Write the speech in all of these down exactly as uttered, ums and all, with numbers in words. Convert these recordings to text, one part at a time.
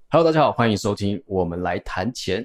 Hello，大家好，欢迎收听我们来谈钱。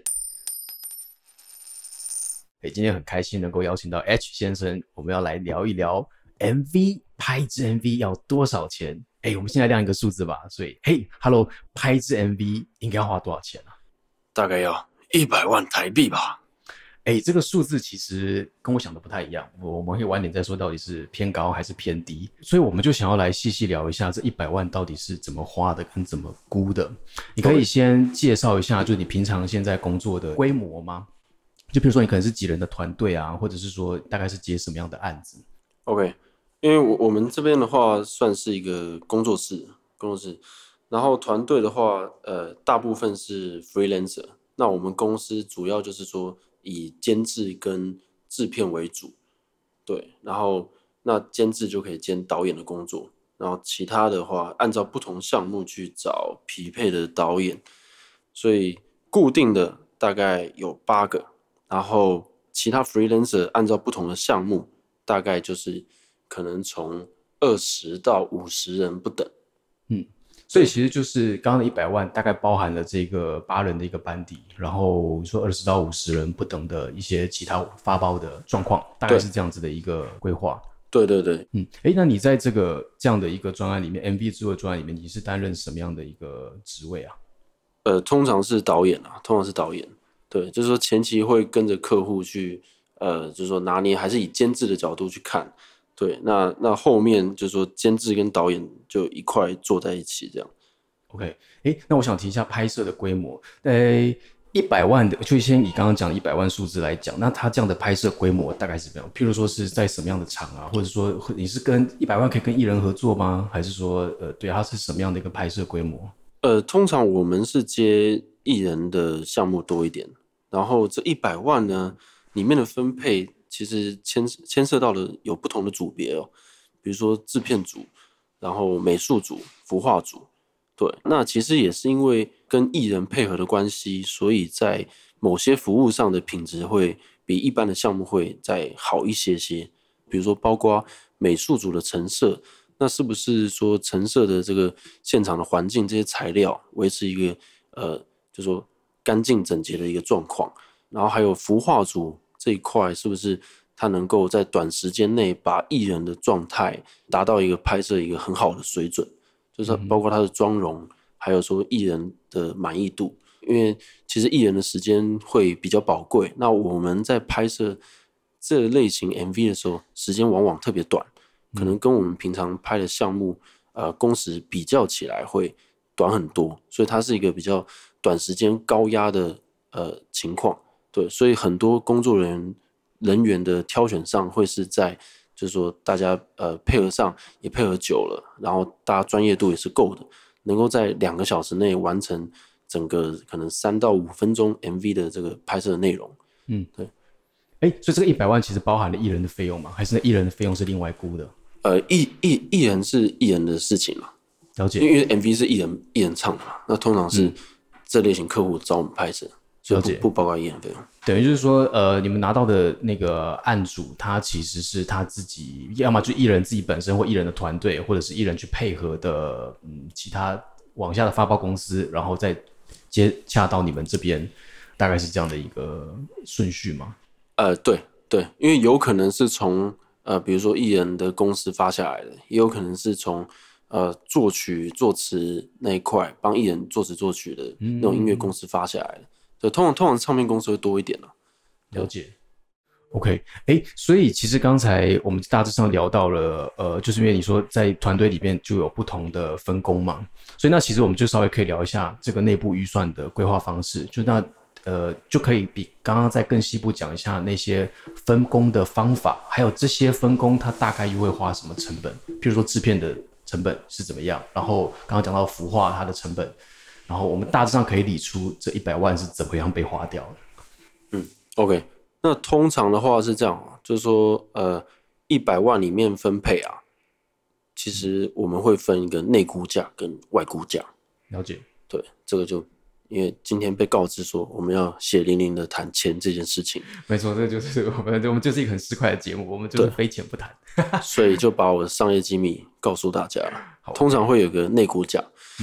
欸、今天很开心能够邀请到 H 先生，我们要来聊一聊 M V 拍一支 M V 要多少钱？哎、欸，我们现在亮一个数字吧。所以，嘿 ，Hello， 拍一支 M V 应该要花多少钱啊？ 大概要一百万台币吧。 哎、欸，这个数字其实跟我想的不太一样，我们可以晚点再说到底是偏高还是偏低，所以我们就想要来细细聊一下这一百万到底是怎么花的跟怎么估的。你可以先介绍一下，就你平常现在工作的规模吗？就比如说你可能是几人的团队啊，或者是说大概是接什么样的案子 ？OK， 因为我我们这边的话算是一个工作室，工作室，然后团队的话，呃，大部分是 freelancer。那我们公司主要就是说以监制跟制片为主，对，然后那监制就可以兼导演的工作，然后其他的话按照不同项目去找匹配的导演，所以固定的大概有八个。然后其他 freelancer 按照不同的项目，大概就是可能从二十到五十人不等。 嗯，所以其实就是刚刚的一百万大概包含了这个八人的一个班底，然后说二十到五十人不等的一些其他发包的状况，大概是这样子的一个规划。 对对对， 嗯，哎，那你在这个这样的一个专案里面 ，M V 制作专案里面，你是担任什么样的一个职位啊？ 呃，通常是导演啊，通常是导演。对，就是说前期会跟着客户去，呃，就是说拿捏，还是以监制的角度去看。对，那那后面就是说监制跟导演就一块坐在一起这样。 OK， 哎，那我想提一下拍摄的规模，呃，一百万的，就先以刚刚讲的一百万数字来讲，那它这样的拍摄规模大概是怎么样？譬如说是在什么样的场啊，或者说你是跟一百万可以跟艺人合作吗？还是说，呃，对，它是什么样的一个拍摄规模？ 呃，通常我们是接艺人的项目多一点。然后这一百万呢，里面的分配其实牵牵涉到了有不同的组别哦，比如说制片组，然后美术组、服化组，对，那其实也是因为跟艺人配合的关系，所以在某些服务上的品质会比一般的项目会再好一些些，比如说包括美术组的陈设，那是不是说陈设的这个现场的环境这些材料维持一个呃，就说干净整洁的一个状况，然后还有服化组这一块，是不是他能够在短时间内把艺人的状态达到一个拍摄一个很好的水准，就是包括他的妆容，还有说艺人的满意度。因为其实艺人的时间会比较宝贵，那我们在拍摄这类型 M V 的时候，时间往往特别短，可能跟我们平常拍的项目呃工时比较起来会短很多，所以它是一个比较短时间高压的呃情况，对，所以很多工作人员人员的挑选上会是在，就是说大家呃配合上也配合久了，然后大家专业度也是够的，能够在两个小时内完成整个可能三到五分钟 M V 的这个拍摄的内容。 嗯， 对。 哎，所以这个一百万其实包含了艺人的费用吗？还是那艺人的费用是另外估的？ 呃，艺艺艺人是艺人的事情嘛， 了解， 因为 M V 是艺人艺人唱的嘛，那通常是这类型客户找我们拍摄，所以 不, 不包括艺人费用。 等于就是说，呃，你们拿到的那个案主，他其实是他自己，要么就艺人自己本身，或艺人的团队，或者是艺人去配合的，嗯，其他往下的发包公司，然后再接洽到你们这边，大概是这样的一个顺序吗？ 呃，对对，因为有可能是从呃，比如说艺人的公司发下来的，也有可能是从呃作曲作词那一块帮艺人作词作曲的那种音乐公司发下来的。对，通常通常唱片公司会多一点啦。 了解。OK， 哎，所以其实刚才我们大致上聊到了，呃，就是因为你说在团队里面就有不同的分工嘛，所以那其实我们就稍微可以聊一下这个内部预算的规划方式，就那呃就可以比刚刚再更细部讲一下那些分工的方法，还有这些分工它大概又会花什么成本，譬如说制片的成本是怎么样，然后刚刚讲到服化它的成本，然后我们大致上可以理出这一百万是怎么样被花掉的。 嗯 ，OK。那通常的话是这样，就是说，呃，一百万里面分配啊，其实我们会分一个内估价跟外估价。 了解。 对，这个就因为今天被告知说我们要血淋淋的谈钱这件事情。 没错，这就是我们我们就是一个很市侩的节目，我们就是非钱不谈。 所以就把我的商业机密告诉大家了。通常会有个内估价。嗯，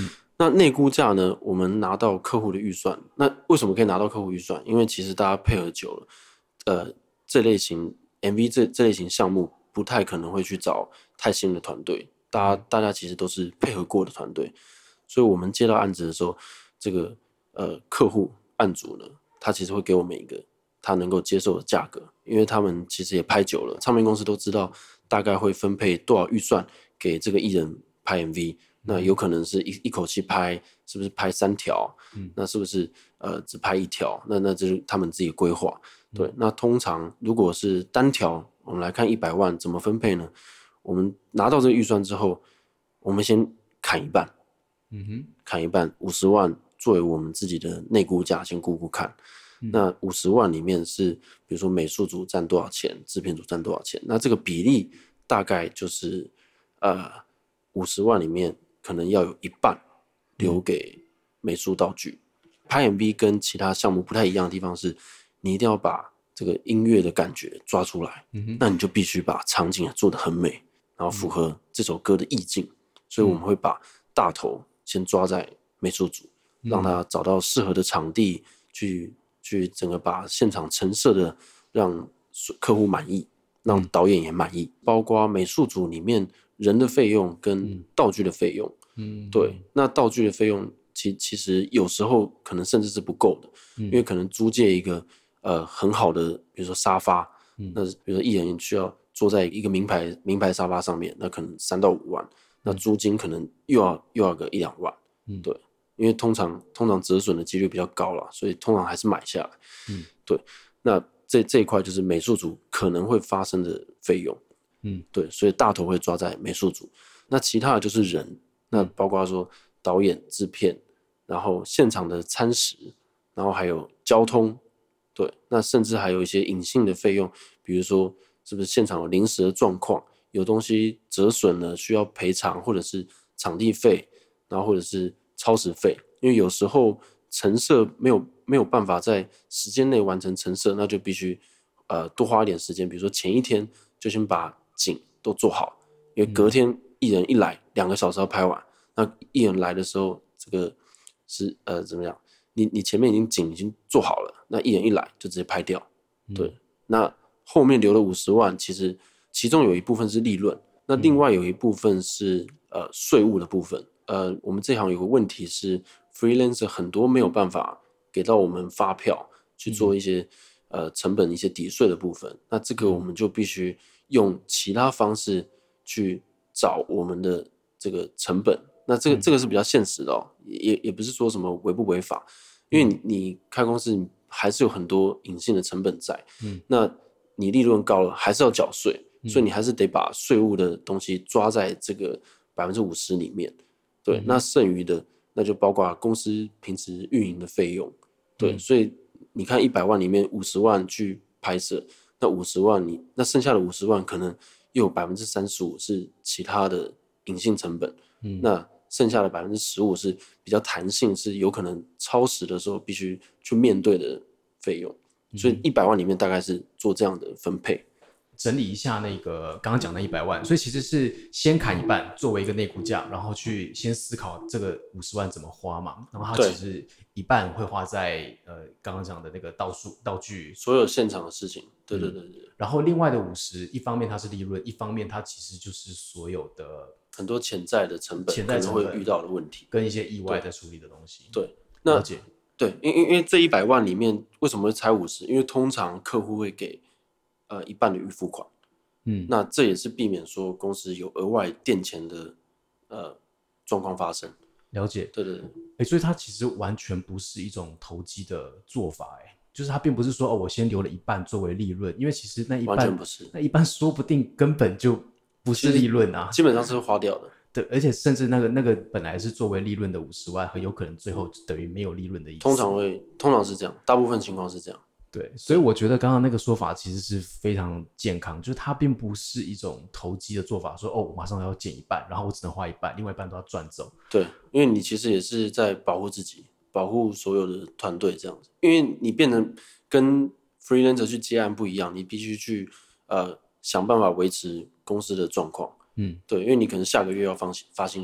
那内估价呢，我们拿到客户的预算，那为什么可以拿到客户预算？因为其实大家配合久了，呃，这类型 M V 这这类型项目不太可能会去找太新的团队，大家大家其实都是配合过的团队，所以我们接到案子的时候，这个呃客户案主呢，他其实会给我们一个他能够接受的价格，因为他们其实也拍久了，唱片公司都知道大概会分配多少预算给这个艺人拍 M V， 那有可能是一一口气拍，是不是拍三条？嗯，那是不是呃只拍一条？那那这是他们自己规划。对，那通常如果是单条，我们来看一百万怎么分配呢？我们拿到这个预算之后，我们先砍一半，嗯哼，砍一半，五十万作为我们自己的内估价，先估估看。那五十万里面是，比如说美术组占多少钱，制片组占多少钱？那这个比例大概就是，呃，五十万里面可能要有一半留给美术道具。拍 M V 跟其他项目不太一样的地方是，你一定要把这个音乐的感觉抓出来，嗯、那你就必须把场景做得很美，然后符合这首歌的意境。所以我们会把大头先抓在美术组，让他找到适合的场地去。去整个把现场陈设的让客户满意，让导演也满意，包括美术组里面人的费用跟道具的费用。嗯，对，那道具的费用其其实有时候可能甚至是不够的，嗯、因为可能租借一个呃很好的，比如说沙发，嗯、那比如说艺人需要坐在一个名牌名牌沙发上面，那可能三到五万，那租金可能又要又要个一两万。嗯，对。因为通常通常折损的几率比较高啦，所以通常还是买下来。嗯，对。那这这一块就是美术组可能会发生的费用。嗯，对，所以大头会抓在美术组。那其他的就是人，那包括说导演、制片，然后现场的餐食，然后还有交通，对，那甚至还有一些隐性的费用，比如说是不是现场有临时的状况，有东西折损了需要赔偿，或者是场地费，然后或者是超时费，因为有时候陈设没有没有办法在时间内完成陈设，那就必须呃多花一点时间，比如说前一天就先把景都做好，因为隔天艺人一来两个小时要拍完，那艺人来的时候这个是呃怎么样？你你前面已经景已经做好了，那艺人一来就直接拍掉，对，嗯、那后面留了五十万，其实其中有一部分是利润，那另外有一部分是呃税务的部分。呃，我们这行有个问题是 ，freelancer 很多没有办法给到我们发票去做一些、嗯、呃成本一些抵税的部分，那这个我们就必须用其他方式去找我们的这个成本。那这个、嗯、这个是比较现实的哦，也也不是说什么违不违法，因为 你, 你开公司还是有很多隐性的成本在，嗯，那你利润高了还是要缴税，嗯、所以你还是得把税务的东西抓在这个百分之五十里面。对，那剩余的那就包括公司平时运营的费用，对，嗯、所以你看一百万里面五十万去拍摄，那五十万你那剩下的五十万可能又有百分之三十五是其他的隐性成本，嗯，那剩下的百分之十五是比较弹性，是有可能超时的时候必须去面对的费用，所以一百万里面大概是做这样的分配。 整理一下那个刚刚讲的一百万，所以其实是先砍一半作为一个内估价，然后去先思考这个五十万怎么花嘛，然后它其实一半会花在呃刚刚讲的那个道具道具所有现场的事情，对对对对、嗯。 然后另外的五十，一方面它是利润，一方面它其实就是所有的很多潜在的成本，潜在成本会遇到的问题， 跟一些意外在处理的东西。 对，那了解。对，因因为这一百万里面为什么会拆五十？因为通常客户会给。呃，一半的预付款，嗯，那这也是避免说公司有额外垫钱的呃状况发生。 了解， 对对对， 欸，所以它其实完全不是一种投机的做法，哎，就是它并不是说哦，我先留了一半作为利润，因为其实那一半完全不是， 那一半说不定根本就不是利润啊， 基本上是会花掉的。 对，而且甚至那个那个本来是作为利润的五十万，很有可能最后等于没有利润的意思。 通常会，通常是这样，大部分情况是这样。 对，所以我觉得刚刚那个说法其实是非常健康，就是它并不是一种投机的做法，说哦，我马上要减一半，然后我只能花一半，另外一半都要赚走。 对，因为你其实也是在保护自己，保护所有的团队这样子，因为你变成跟 freelancer 去接案不一样，你必须去呃想办法维持公司的状况。嗯，对，因为你可能下个月要发发薪水，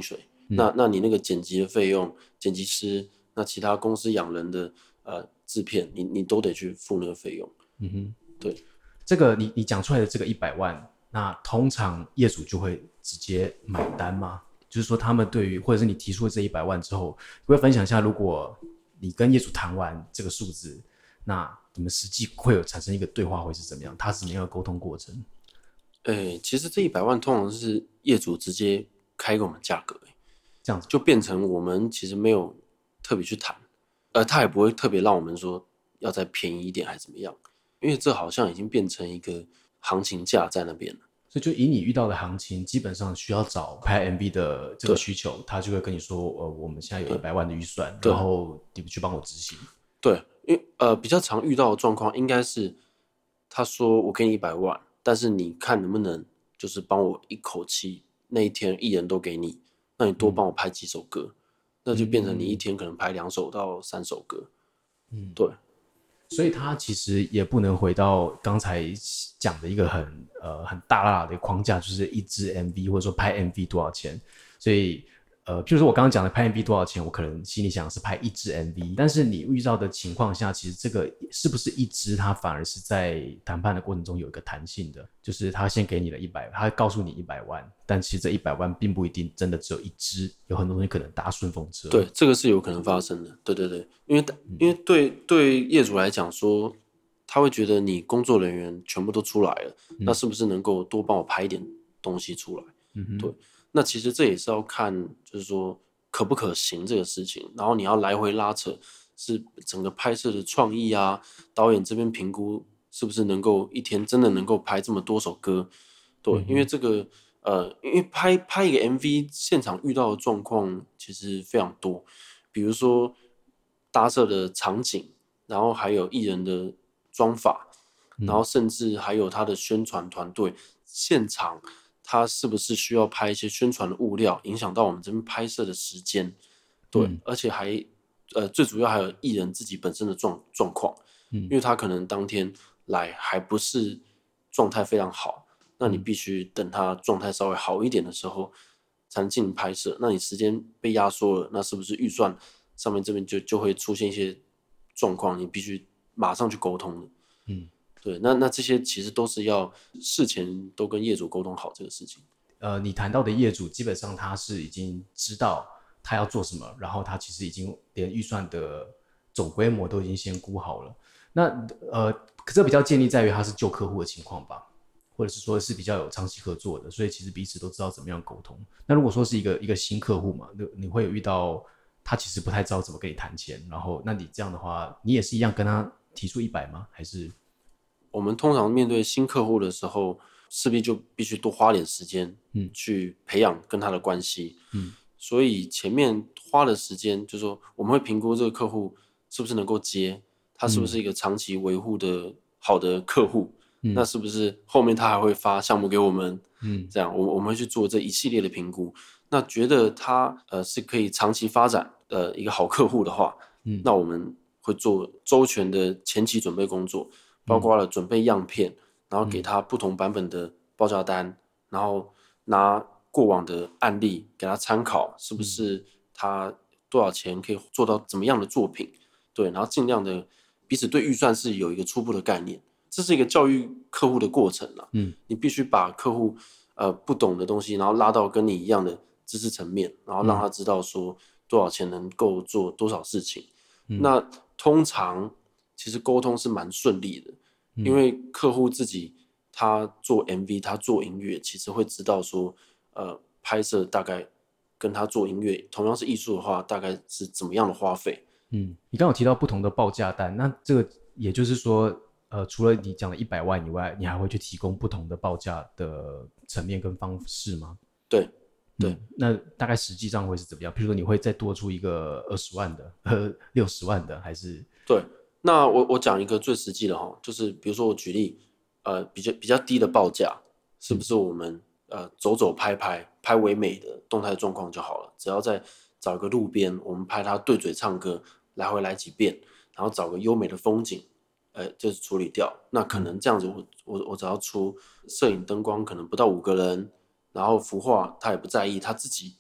嗯那那你那个剪辑的费用，剪辑师，那其他公司养人的呃制片，你你都得去付那个费用。 嗯哼， 对， 这个你你讲出来的这个一百万，那通常业主就会直接买单吗？就是说他们对于或者是你提出了这一百万之后，你会分享一下，如果你跟业主谈完这个数字，那你们实际会有产生一个对话会是怎么样？它是怎么样的沟通过程？ 诶，其实这一百万通常是业主直接开给我们价格， 这样子就变成我们其实没有特别去谈，呃，他也不会特别让我们说要再便宜一点还是怎么样，因为这好像已经变成一个行情价在那边了。 所以就以你遇到的行情，基本上需要找拍 M V 的这个需求，他就会跟你说，呃，我们现在有一百万的预算，然后你们去帮我执行。 对，因为呃比较常遇到的状况应该是，他说我给你一百万，但是你看能不能就是帮我一口气那一天艺人都给你，那你多帮我拍几首歌，那就变成你一天可能拍两首到三首歌。嗯，对。 所以他其实也不能回到刚才讲的一个很呃很大大的框架，就是一支 M V 或者说拍 M V 多少钱。所以呃，譬如说我刚刚讲的拍 M V 多少钱，我可能心里想是拍一支 M V， 但是你遇到的情况下，其实这个是不是一支，它反而是在谈判的过程中有一个弹性的，就是他先给你了一百，他告诉你一百万，但其实这一百万并不一定真的只有一支，有很多东西可能搭顺风车。 对，这个是有可能发生的。对对对，因为因为对对业主来讲说，他会觉得你工作人员全部都出来了，嗯、那是不是能够多帮我拍一点东西出来？嗯、对。那其实这也是要看，就是说可不可行这个事情，然后你要来回拉扯，是整个拍摄的创意啊，导演这边评估是不是能够一天真的能够拍这么多首歌，对，嗯、因为这个呃，因为拍拍一个 M V 现场遇到的状况其实非常多，比如说搭摄的场景，然后还有艺人的妆法，然后甚至还有他的宣传团队现场。他是不是需要拍一些宣传的物料，影响到我们这边拍摄的时间？对，嗯、而且还呃，最主要还有艺人自己本身的状状况，嗯，因为他可能当天来还不是状态非常好，那你必须等他状态稍微好一点的时候才能进行拍摄。那你时间被压缩了，那是不是预算上面这边就就会出现一些状况？你必须马上去沟通的，嗯。对，那那这些其实都是要事前都跟业主沟通好这个事情。 呃，你谈到的业主基本上他是已经知道他要做什么，然后他其实已经连预算的总规模都已经先估好了。那呃，这比较建立在于他是旧客户的情况吧，或者是说是比较有长期合作的，所以其实彼此都知道怎么样沟通。那如果说是一个一个新客户嘛，你会有遇到他其实不太知道怎么跟你谈钱，然后那你这样的话，你也是一样跟他提出一百吗？还是？ 我们通常面对新客户的时候，势必就必须多花点时间，嗯，去培养跟他的关系，嗯，所以前面花的时间，就是说我们会评估这个客户是不是能够接，他是不是一个长期维护的好的客户，嗯，那是不是后面他还会发项目给我们，嗯，这样我我们会去做这一系列的评估，那觉得他呃是可以长期发展的一个好客户的话，嗯，那我们会做周全的前期准备工作。包括了准备样片，然后给他不同版本的报价单，然后拿过往的案例给他参考，是不是他多少钱可以做到怎么样的作品？对，然后尽量的彼此对预算是有一个初步的概念，这是一个教育客户的过程啦。嗯，你必须把客户呃不懂的东西，然后拉到跟你一样的知识层面，然后让他知道说多少钱能够做多少事情。嗯、那通常其实沟通是蛮顺利的。因为客户自己他做 M V， 他做音乐，其实会知道说，呃，拍摄大概跟他做音乐同样是艺术的话，大概是怎么样的花费。 嗯，你刚刚有提到不同的报价单，那这个也就是说，呃，除了你讲的一百万以外，你还会去提供不同的报价的层面跟方式吗？ 对，对、 嗯。那大概实际上会是怎么样？比如说你会再多出一个二十万的，呃，六十万的，还是？ 对。那我我讲一个最实际的哈，就是比如说我举例，呃，比较比较低的报价，是不是我们呃走走拍拍拍唯美的动态状况就好了？只要再找一个路边，我们拍他对嘴唱歌，来回来几遍，然后找个优美的风景，呃，就是处理掉。那可能这样子我，我我我只要出摄影灯光，可能不到五个人，然后服化他也不在意，他自己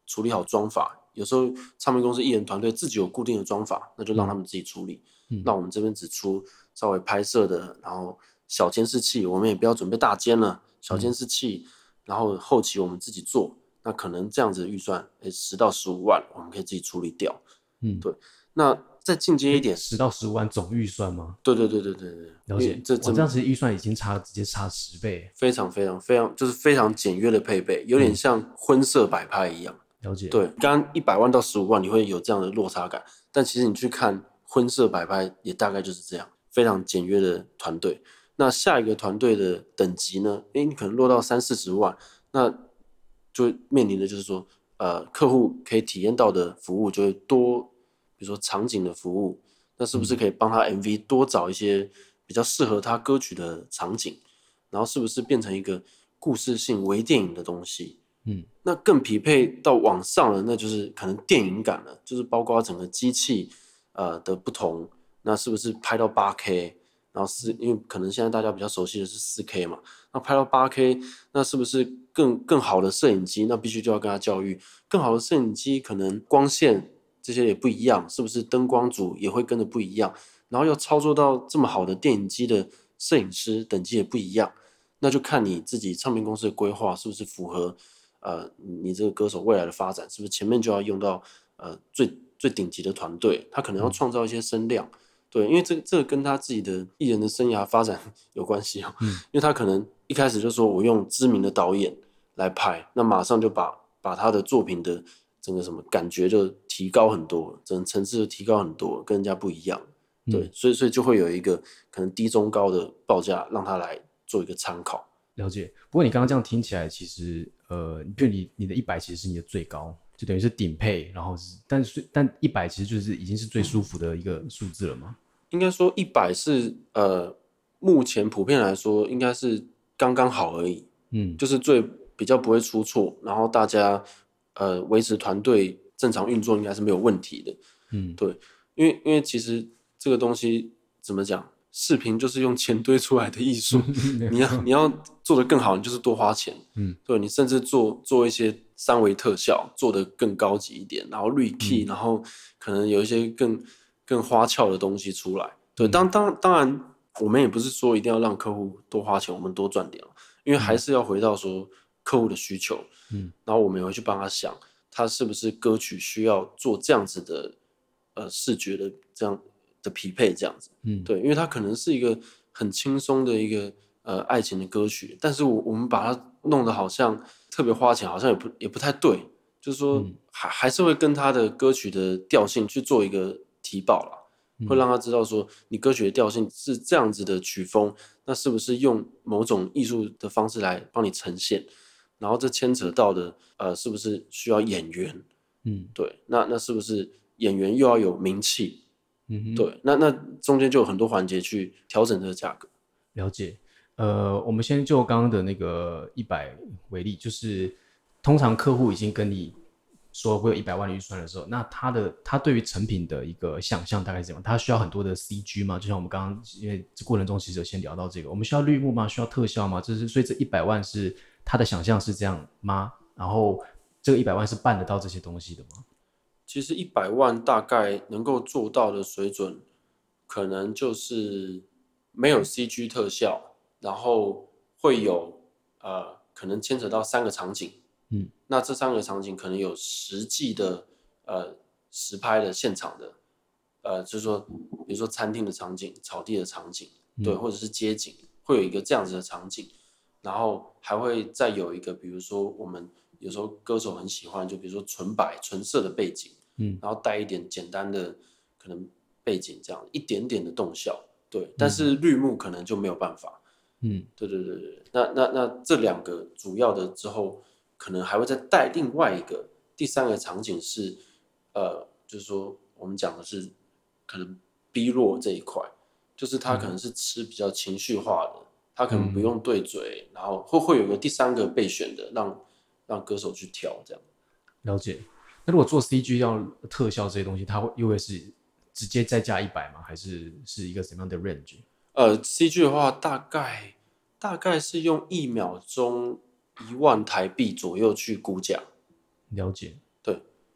处理好妆法。有时候唱片公司艺人团队自己有固定的妆法，那就让他们自己处理。嗯、那我们这边只出稍微拍摄的，然后小监视器，我们也不要准备大监了，小监视器，嗯、然后后期我们自己做。那可能这样子的预算，诶，十到十五万，我们可以自己处理掉。嗯，对。那再进阶一点， 十到十五万总预算吗？ 对对对对对对， 了解。这这样子预算已经差直接差十倍， 非常非常非常就是非常简约的配备，有点像婚摄摆拍一样。 了解。 对，刚刚一百万到十五万，你会有这样的落差感，但其实你去看婚摄摆拍，也大概就是这样，非常简约的团队。那下一个团队的等级呢？诶，你可能落到三四十万，那就面临的就是说，呃，客户可以体验到的服务就会多，比如说场景的服务，那是不是可以帮他 M V 多找一些比较适合他歌曲的场景，然后是不是变成一个故事性微电影的东西？嗯，那更匹配到往上了，那就是可能电影感了，就是包括整个机器呃的不同，那是不是拍到 八 K？然后是因为可能现在大家比较熟悉的是 四 K 嘛，那拍到 八 K， 那是不是更更好的摄影机？那必须就要跟他教育，更好的摄影机可能光线这些也不一样，是不是灯光组也会跟着不一样？然后要操作到这么好的电影机的摄影师等级也不一样，那就看你自己唱片公司的规划是不是符合呃你这个歌手未来的发展，是不是前面就要用到呃最最顶级的团队，他可能要创造一些声量。嗯，对，因为这个这个跟他自己的艺人的生涯发展有关系哦。嗯，因为他可能一开始就说我用知名的导演来拍，那马上就把把他的作品的整个什么感觉就提高很多，整个层次就提高很多，跟人家不一样。对，嗯、所以所以就会有一个可能低中高的报价让他来做一个参考。 了解。不过你刚刚这样听起来，其实呃，就你你的一百其实是你的最高。就等于是顶配，然后是，但是但一百其实就是已经是最舒服的一个数字了吗？ 应该说一百是呃，目前普遍来说应该是刚刚好而已，嗯，就是最比较不会出错，然后大家呃维持团队正常运作应该是没有问题的，嗯，对，因为因为其实这个东西怎么讲，视频就是用钱堆出来的艺术，你要你要做得更好，你就是多花钱，嗯，对，你甚至做做一些三维特效，做得更高级一点，然后滤 key，、嗯、然后可能有一些更更花俏的东西出来。对，当当当然，我们也不是说一定要让客户多花钱，我们多赚点，因为还是要回到说客户的需求，嗯，然后我们也会去帮他想，他是不是歌曲需要做这样子的呃视觉的这样的匹配，这样子，嗯，对，因为他可能是一个很轻松的一个呃爱情的歌曲，但是我我们把它弄得好像特别花钱，好像也不也不太对，就是说、嗯、还还是会跟他的歌曲的调性去做一个提报啦。会让他知道说，你歌曲的调性是这样子的曲风，那是不是用某种艺术的方式来帮你呈现？然后这牵扯到的，呃，是不是需要演员？嗯，对，那那是不是演员又要有名气？嗯，对，那那中间就有很多环节去调整这个价格。 了解，呃，我们先就刚刚的那个一百为例，就是通常客户已经跟你说会有一百万的预算的时候，那他的他对于成品的一个想象大概是怎样？他需要很多的 C G 吗？就像我们刚刚因为这过程中其实有先聊到这个，我们需要绿幕吗？需要特效吗？这是所以这一百万是他的想象是这样吗？然后这个一百万是办得到这些东西的吗？ 其实一百万大概能够做到的水准，可能就是没有 C G 特效，然后会有呃可能牵扯到三个场景。嗯，那这三个场景可能有实际的呃实拍的现场的，呃，就是说，比如说餐厅的场景、草地的场景，对，或者是街景，会有一个这样子的场景，然后还会再有一个，比如说我们有时候歌手很喜欢，就比如说纯白、纯色的背景，嗯，然后带一点简单的可能背景，这样一点点的动效，对，但是绿幕可能就没有办法，嗯，对对对对，那那那这两个主要的之后。可能还会再带另外一个第三个场景是，呃，就是说我们讲的是可能 B 弱这一块，就是他可能是吃比较情绪化的，他可能不用对嘴，嗯、然后会会有一个第三个备选的，让让歌手去挑这样。 了解。那如果做 C G 要特效这些东西，它会又会是直接再加一百吗？还是是一个什么样的 range？ 呃 ，C G 的话，大概大概是用一秒钟。一万台币左右去估价， 了解。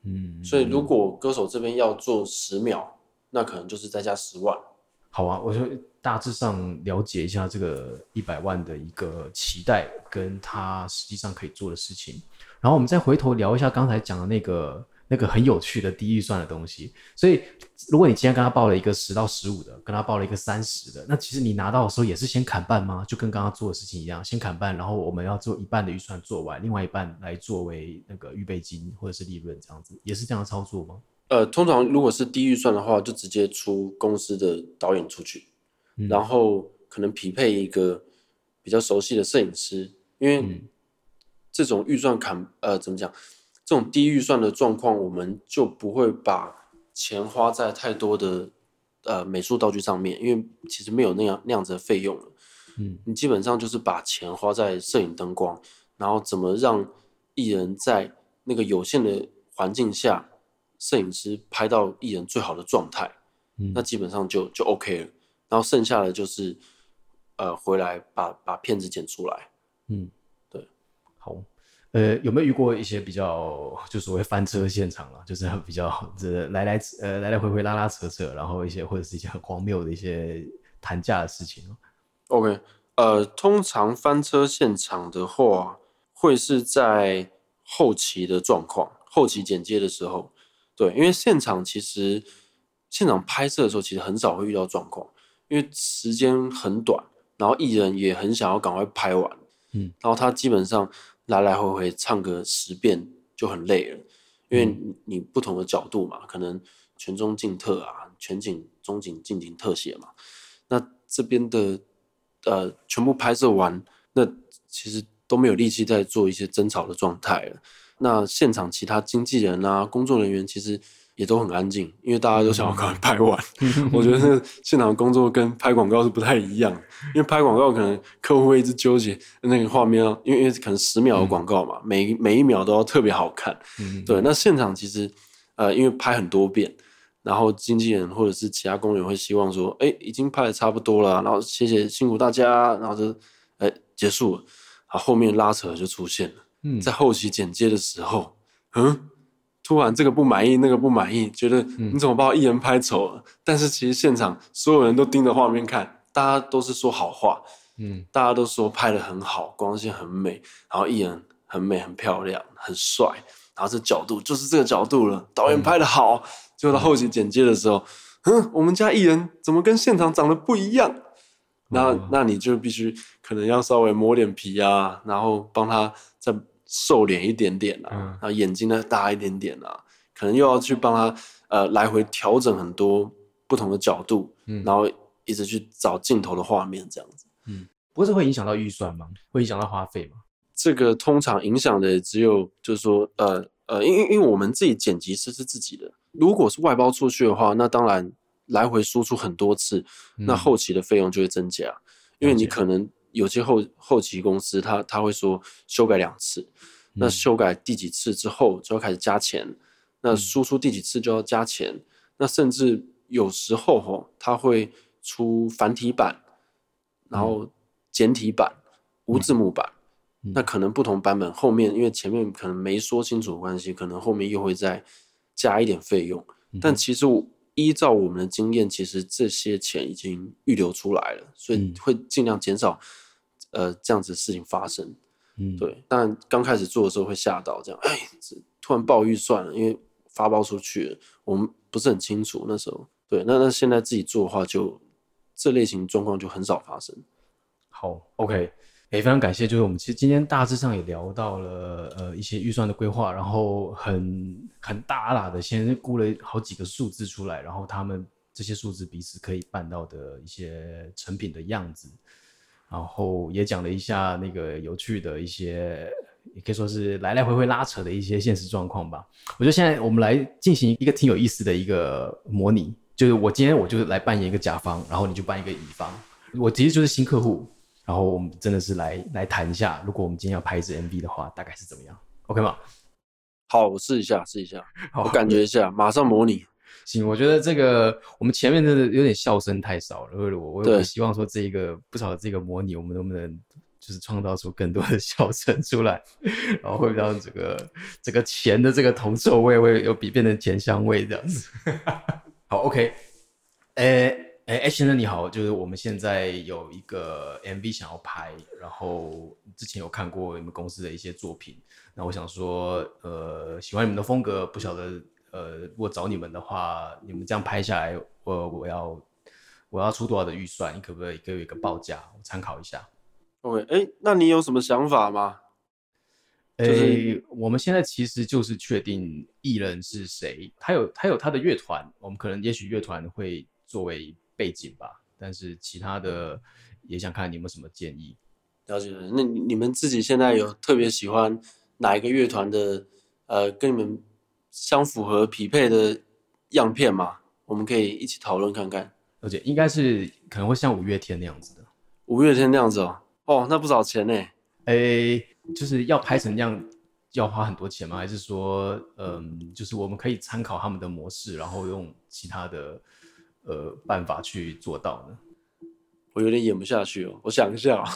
嗯， 所以如果歌手这边要做十秒，那可能就是再加十万。 好啊，我就大致上了解一下这个一百万的一个期待，跟他实际上可以做的事情。然后我们再回头聊一下刚才讲的那个那个很有趣的低预算的东西。所以，如果你今天跟他报了一个十到十五的，跟他报了一个三十的，那其实你拿到的时候也是先砍半吗？就跟刚刚做的事情一样，先砍半，然后我们要做一半的预算做完，另外一半来作为那个预备金或者是利润，这样子也是这样的操作吗？ 呃，通常如果是低预算的话，就直接出公司的导演出去， 嗯、 然后可能匹配一个比较熟悉的摄影师，因为这种预算砍呃怎么讲，这种低预算的状况，我们就不会把钱花在太多的呃美术道具上面，因为其实没有那样那样子的费用了。嗯，你基本上就是把钱花在摄影灯光，然后怎么让艺人在那个有限的环境下。摄影师拍到艺人最好的状态，嗯，那基本上就就 OK 了。然后剩下的就是呃回来把把片子剪出来。嗯，对。 好，呃，有没有遇过一些比较就所谓翻车现场啊？就是比较这来来呃来来回回拉拉扯扯，然后一些或者是一些很荒谬的一些谈价的事情。 OK， 呃，通常翻车现场的话，会是在后期的状况，后期剪接的时候。对，因为现场其实现场拍摄的时候，其实很少会遇到状况，因为时间很短，然后艺人也很想要赶快拍完，嗯，然后他基本上来来回回唱个十遍就很累了，因为你你不同的角度嘛，可能全中近特啊，全景、中景、近景特写嘛，那这边的呃全部拍摄完，那其实都没有力气再做一些争吵的状态了。那现场其他经纪人啊、工作人员其实也都很安静，因为大家都想要赶快拍完。我觉得现场工作跟拍广告是不太一样，因为拍广告可能客户会一直纠结那个画面，因为因为可能十秒的广告嘛，嗯、每每一秒都要特别好看。嗯、对，那现场其实呃，因为拍很多遍，然后经纪人或者是其他工人会希望说，哎，已经拍的差不多了，然后谢谢辛苦大家，然后就哎结束了，然后后面拉扯就出现了。在后期剪接的时候，嗯，突然这个不满意，那个不满意，觉得你怎么把我艺人拍丑了？嗯、但是其实现场所有人都盯着画面看，大家都是说好话，嗯，大家都说拍得很好，光线很美，然后艺人很美、很漂亮、很帅，然后这角度就是这个角度了，导演拍得好。嗯、结果到后期剪接的时候，嗯，我们家艺人怎么跟现场长得不一样？那、嗯、那你就必须可能要稍微磨点皮啊，然后帮他再瘦脸一点点啊，嗯、然后眼睛呢大一点点啊，可能又要去帮他呃来回调整很多不同的角度，嗯、然后一直去找镜头的画面这样子。 嗯，不过这会影响到预算吗？会影响到花费吗？ 这个通常影响的只有就是说呃呃，因为因为我们自己剪辑师是自己的，如果是外包出去的话，那当然来回输出很多次，嗯、那后期的费用就会增加，因为你可能。有些后后期公司他他会说修改两次，那修改第几次之后就要开始加钱，那输出第几次就要加钱，那甚至有时候吼他会出繁体版，然后简体版、无字幕版，那可能不同版本后面因为前面可能没说清楚的关系，可能后面又会再加一点费用，但其实我。依照我们的经验，其实这些钱已经预留出来了，所以会尽量减少、嗯、呃这样子的事情发生。嗯，对。但刚开始做的时候会吓到，这样，哎，突然爆预算了，因为发包出去了，我们不是很清楚那时候。对，那那现在自己做的话就，就这类型状况就很少发生。 好 ，OK。也非常感谢，就是我们其实今天大致上也聊到了呃一些预算的规划，然后很很大啦的先估了好几个数字出来，然后他们这些数字彼此可以办到的一些成品的样子，然后也讲了一下那个有趣的一些，也可以说是来来回回拉扯的一些现实状况吧。我觉得现在我们来进行一个挺有意思的一个模拟，就是我今天我就来扮演一个甲方，然后你就扮一个乙方，我其实就是新客户。然后我们真的是来来谈一下，如果我们今天要拍一支 M V 的话，大概是怎么样 ？OK 吗？ 好，我试一下，试一下，我感觉一下，马上模拟。 行，我觉得这个我们前面真的有点笑声太少了，我我我希望说这一个不少的这个模拟，我们能不能就是创造出更多的笑声出来，然后会让这个这个钱的这个铜臭味会有比变成甜香味这样子。好 ，OK， 诶。哎 ，H 呢？你好，就是我们现在有一个 M V 想要拍，然后之前有看过你们公司的一些作品，那我想说，呃，喜欢你们的风格，不晓得，呃，如果找你们的话，你们这样拍下来，我我要我要出多少的预算？你可不可以给我一个报价，我参考一下 OK， 哎，那你有什么想法吗？ 就是，我们现在其实就是确定艺人是谁，他有他有他的乐团，我们可能也许乐团会作为背景吧，但是其他的也想看你有没有什么建议。 了解了，那你们自己现在有特别喜欢哪一个乐团的，呃，跟你们相符合匹配的样片吗？我们可以一起讨论看看。 而且应该是可能会像五月天那样子的。 五月天那样子哦，哦，那不少钱呢。 诶，就是要拍成那样，要花很多钱吗？还是说，嗯，就是我们可以参考他们的模式，然后用其他的呃办法去做到呢？ 我有点演不下去哦，我想一下、哦。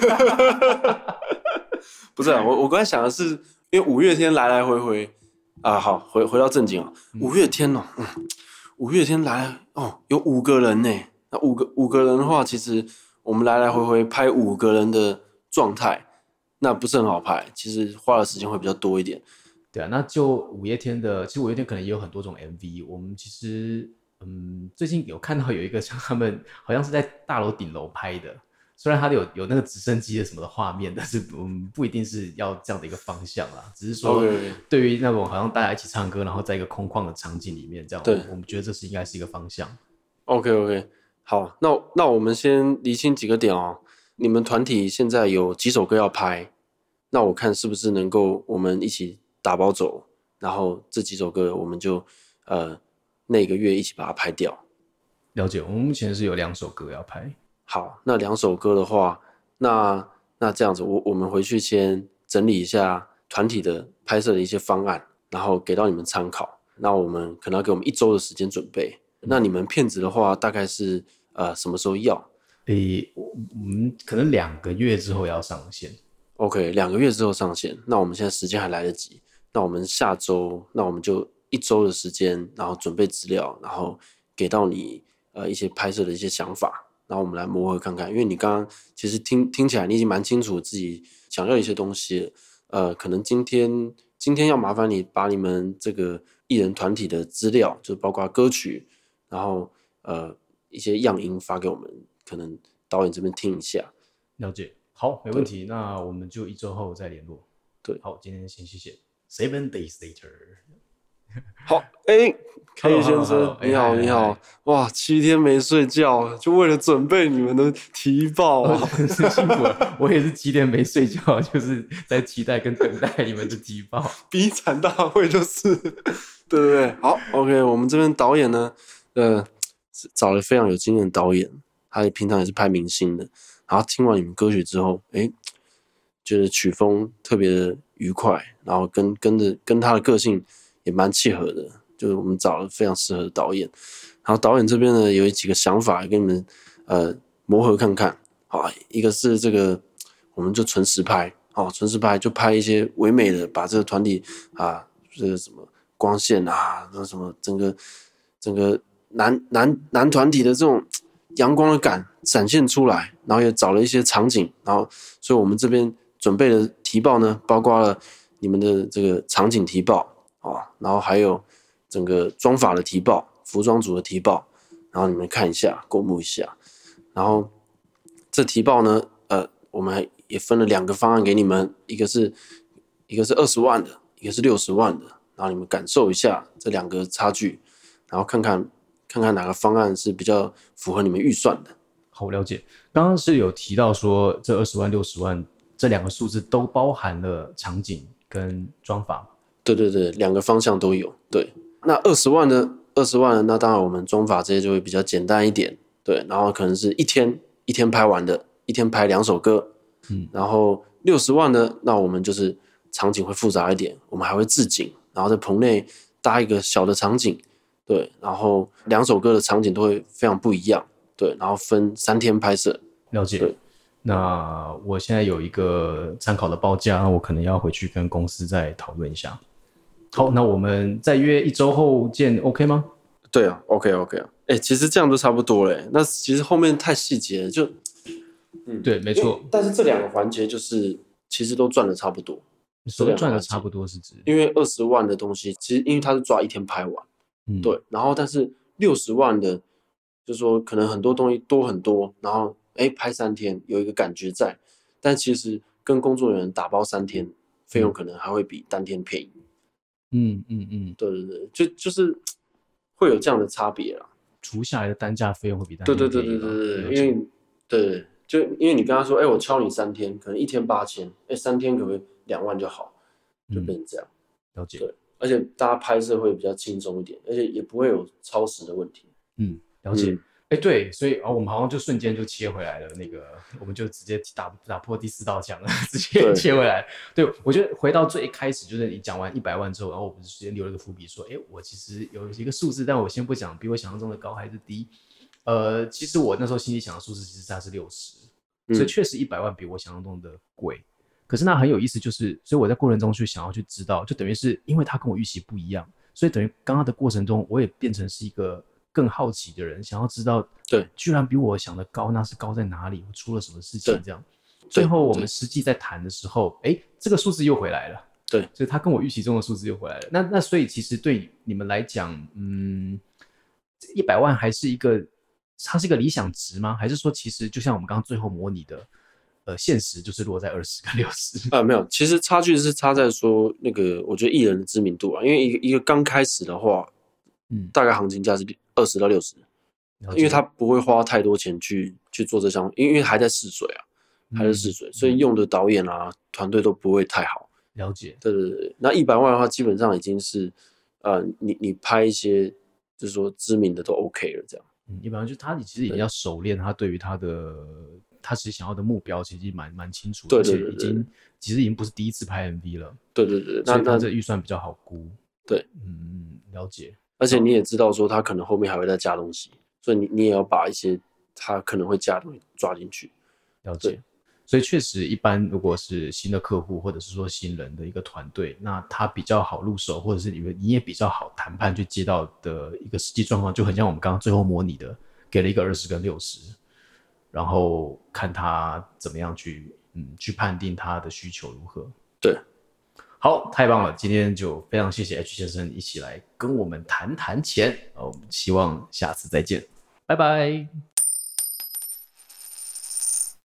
不是、啊，我我刚才想的是，因为五月天来来回回啊，好，回回到正经哦。五月天哦，嗯，五月天来哦，有五个人呢。那五个五个人的话，其实我们来来回回拍五个人的状态，那不是很好拍，其实花的时间会比较多一点。 对啊，那就五月天的，其实五月天可能也有很多种 M V。我们其实，嗯，最近有看到有一个像他们好像是在大楼顶楼拍的，虽然它有有那个直升机的什么的画面，但是嗯不一定是要这样的一个方向啦。只是说， okay, okay. 对于那种好像大家一起唱歌，然后在一个空旷的场景里面这样， 对， 我们觉得这是应该是一个方向。 OK OK， 好，那那我们先厘清几个点哦。你们团体现在有几首歌要拍？那我看是不是能够我们一起打包走，然后这几首歌我们就呃那个月一起把它拍掉。 了解，我们目前是有两首歌要拍。 好，那两首歌的话，那那这样子，我我们回去先整理一下团体的拍摄的一些方案，然后给到你们参考。那我们可能要给我们一周的时间准备。嗯、那你们片子的话，大概是呃什么时候要？ 诶，我们可能两个月之后要上线。 OK， 两个月之后上线，那我们现在时间还来得及。那我们下周，那我们就一周的时间，然后准备资料，然后给到你呃一些拍摄的一些想法，然后我们来磨合看看。因为你刚刚其实听听起来，你已经蛮清楚自己想要的一些东西了。呃，可能今天今天要麻烦你把你们这个艺人团体的资料，就包括歌曲，然后呃一些样音发给我们，可能导演这边听一下。 了解。好，没问题。那我们就一周后再联络。 对， 好，今天先谢谢。Seven days later。 好，哎、欸，K 先生，你好，你好，哇，七天没睡觉，就为了准备你们的提报啊， 真是辛苦了。我也是七天没睡觉，就是在期待跟等待你们的提报。 比惨大会就是，对对对，好 ，OK， 我们这边导演呢，呃，找了非常有经验的导演，他平常也是拍明星的。然后听完你们歌曲之后，哎，觉得曲风特别的愉快，然后跟跟着跟他的个性也蛮契合的，就是我们找了非常适合的导演。然后导演这边呢有几个想法跟你们呃磨合看看，好，一个是这个我们就纯实拍，哦，纯实拍就拍一些唯美的，把这个团体啊这个什么光线啊，那什么整个整个男男男团体的这种阳光的感展现出来，然后也找了一些场景，然后所以我们这边准备的提报呢，包括了你们的这个场景提报啊，然后还有整个妆法的提报、服装组的提报，然后你们看一下，过目一下。然后这提报呢，呃，我们也分了两个方案给你们，一个是一个是二十万的，一个是六十万的，然后你们感受一下这两个差距，然后看看。看看哪个方案是比较符合你们预算的。 好，了解。刚刚是有提到说，这二十万、六十万这两个数字都包含了场景跟妆法。 对对对，两个方向都有。对，那二十万呢？二十万呢？那当然我们妆法这些就会比较简单一点。对，然后可能是一天一天拍完的，一天拍两首歌。嗯，然后六十万呢？那我们就是场景会复杂一点，我们还会置景，然后在棚内搭一个小的场景。对，然后两首歌的场景都会非常不一样，对，然后分三天拍摄。 了解。 那我现在有一个参考的报价，我可能要回去跟公司再讨论一下。好，那我们再约一周后见 ，OK 吗？ 对啊 ，OK OK 啊，哎、欸，其实这样都差不多嘞。那其实后面太细节了，就， 嗯，对，没错。 但是这两个环节就是其实都赚的差不多。 你说赚的差不多是指？ 因为二十万的东西，其实因为他是抓一天拍完，嗯，对。然后但是六十万的，就是说可能很多东西多很多，然后哎、欸、拍三天有一个感觉在，但其实跟工作人员打包三天，费用可能还会比单天便宜。 嗯嗯嗯， 对对对，就就是会有这样的差别啦。 除下来的单价费用会比单天便宜。 对对对对对对，因为对，就因为你跟他说，哎、欸，我敲你三天，可能一天八千，哎，三天可不可以两万就好，就变成这样。 嗯、了解。 对，而且大家拍摄会比较轻松一点，而且也不会有超时的问题。 嗯，了解。哎、嗯，对，所以、哦、我们好像就瞬间就切回来了，那个我们就直接打打破第四道墙了，直接切回来。对，我觉得回到最一开始，就是你讲完一百万之后，然后我不是先留了个伏笔说，哎，我其实有一个数字，但我先不讲，比我想象中的高还是低。呃，其实我那时候心里想的数字其实它是六十，所以确实一百万比我想象中的贵。可是那很有意思，就是所以我在过程中去想要去知道，就等于是因为他跟我预期不一样，所以等于刚刚的过程中，我也变成是一个更好奇的人，想要知道， 对， 居然比我想的高，那是高在哪里？我出了什么事情？这样，最后我们实际在谈的时候，哎，这个数字又回来了， 对， 所以他跟我预期中的数字又回来了。那那所以其实对你们来讲，嗯，一百万还是一个，它是一个理想值吗？还是说其实就像我们刚刚最后模拟的？呃，现实就是落在二十跟六十啊，没有，其实差距是差在说那个，我觉得艺人的知名度啊，因为一个一个刚开始的话，嗯，大概行情价是二十到六十，因为他不会花太多钱去去做这项，因为还在试水啊，还在试水，嗯、所以用的导演啊团队都不会太好。 了解， 对对对，那一百万的话，基本上已经是，呃，你你拍一些就是说知名的都 OK 了，这样。 嗯，一百万就他其实也要熟练，他对于他的。他其实想要的目标其实蛮蛮清楚的， 对对对对， 而且已经其实已经不是第一次拍 M V 了。 对对对， 所以他这预算比较好估。 对， 嗯，了解。 而且你也知道说他可能后面还会再加东西，所以你你也要把一些他可能会加的东西抓进去。 了解。所以确实，一般如果是新的客户或者是说新人的一个团队，那他比较好入手，或者是你你也比较好谈判去接到的一个实际状况，就很像我们刚刚最后模拟的，给了一个二十跟六十。然后看他怎么样去，嗯，去判定他的需求如何。 对， 好，太棒了！今天就非常谢谢 H 先生一起来跟我们谈谈钱，我们希望下次再见，拜拜。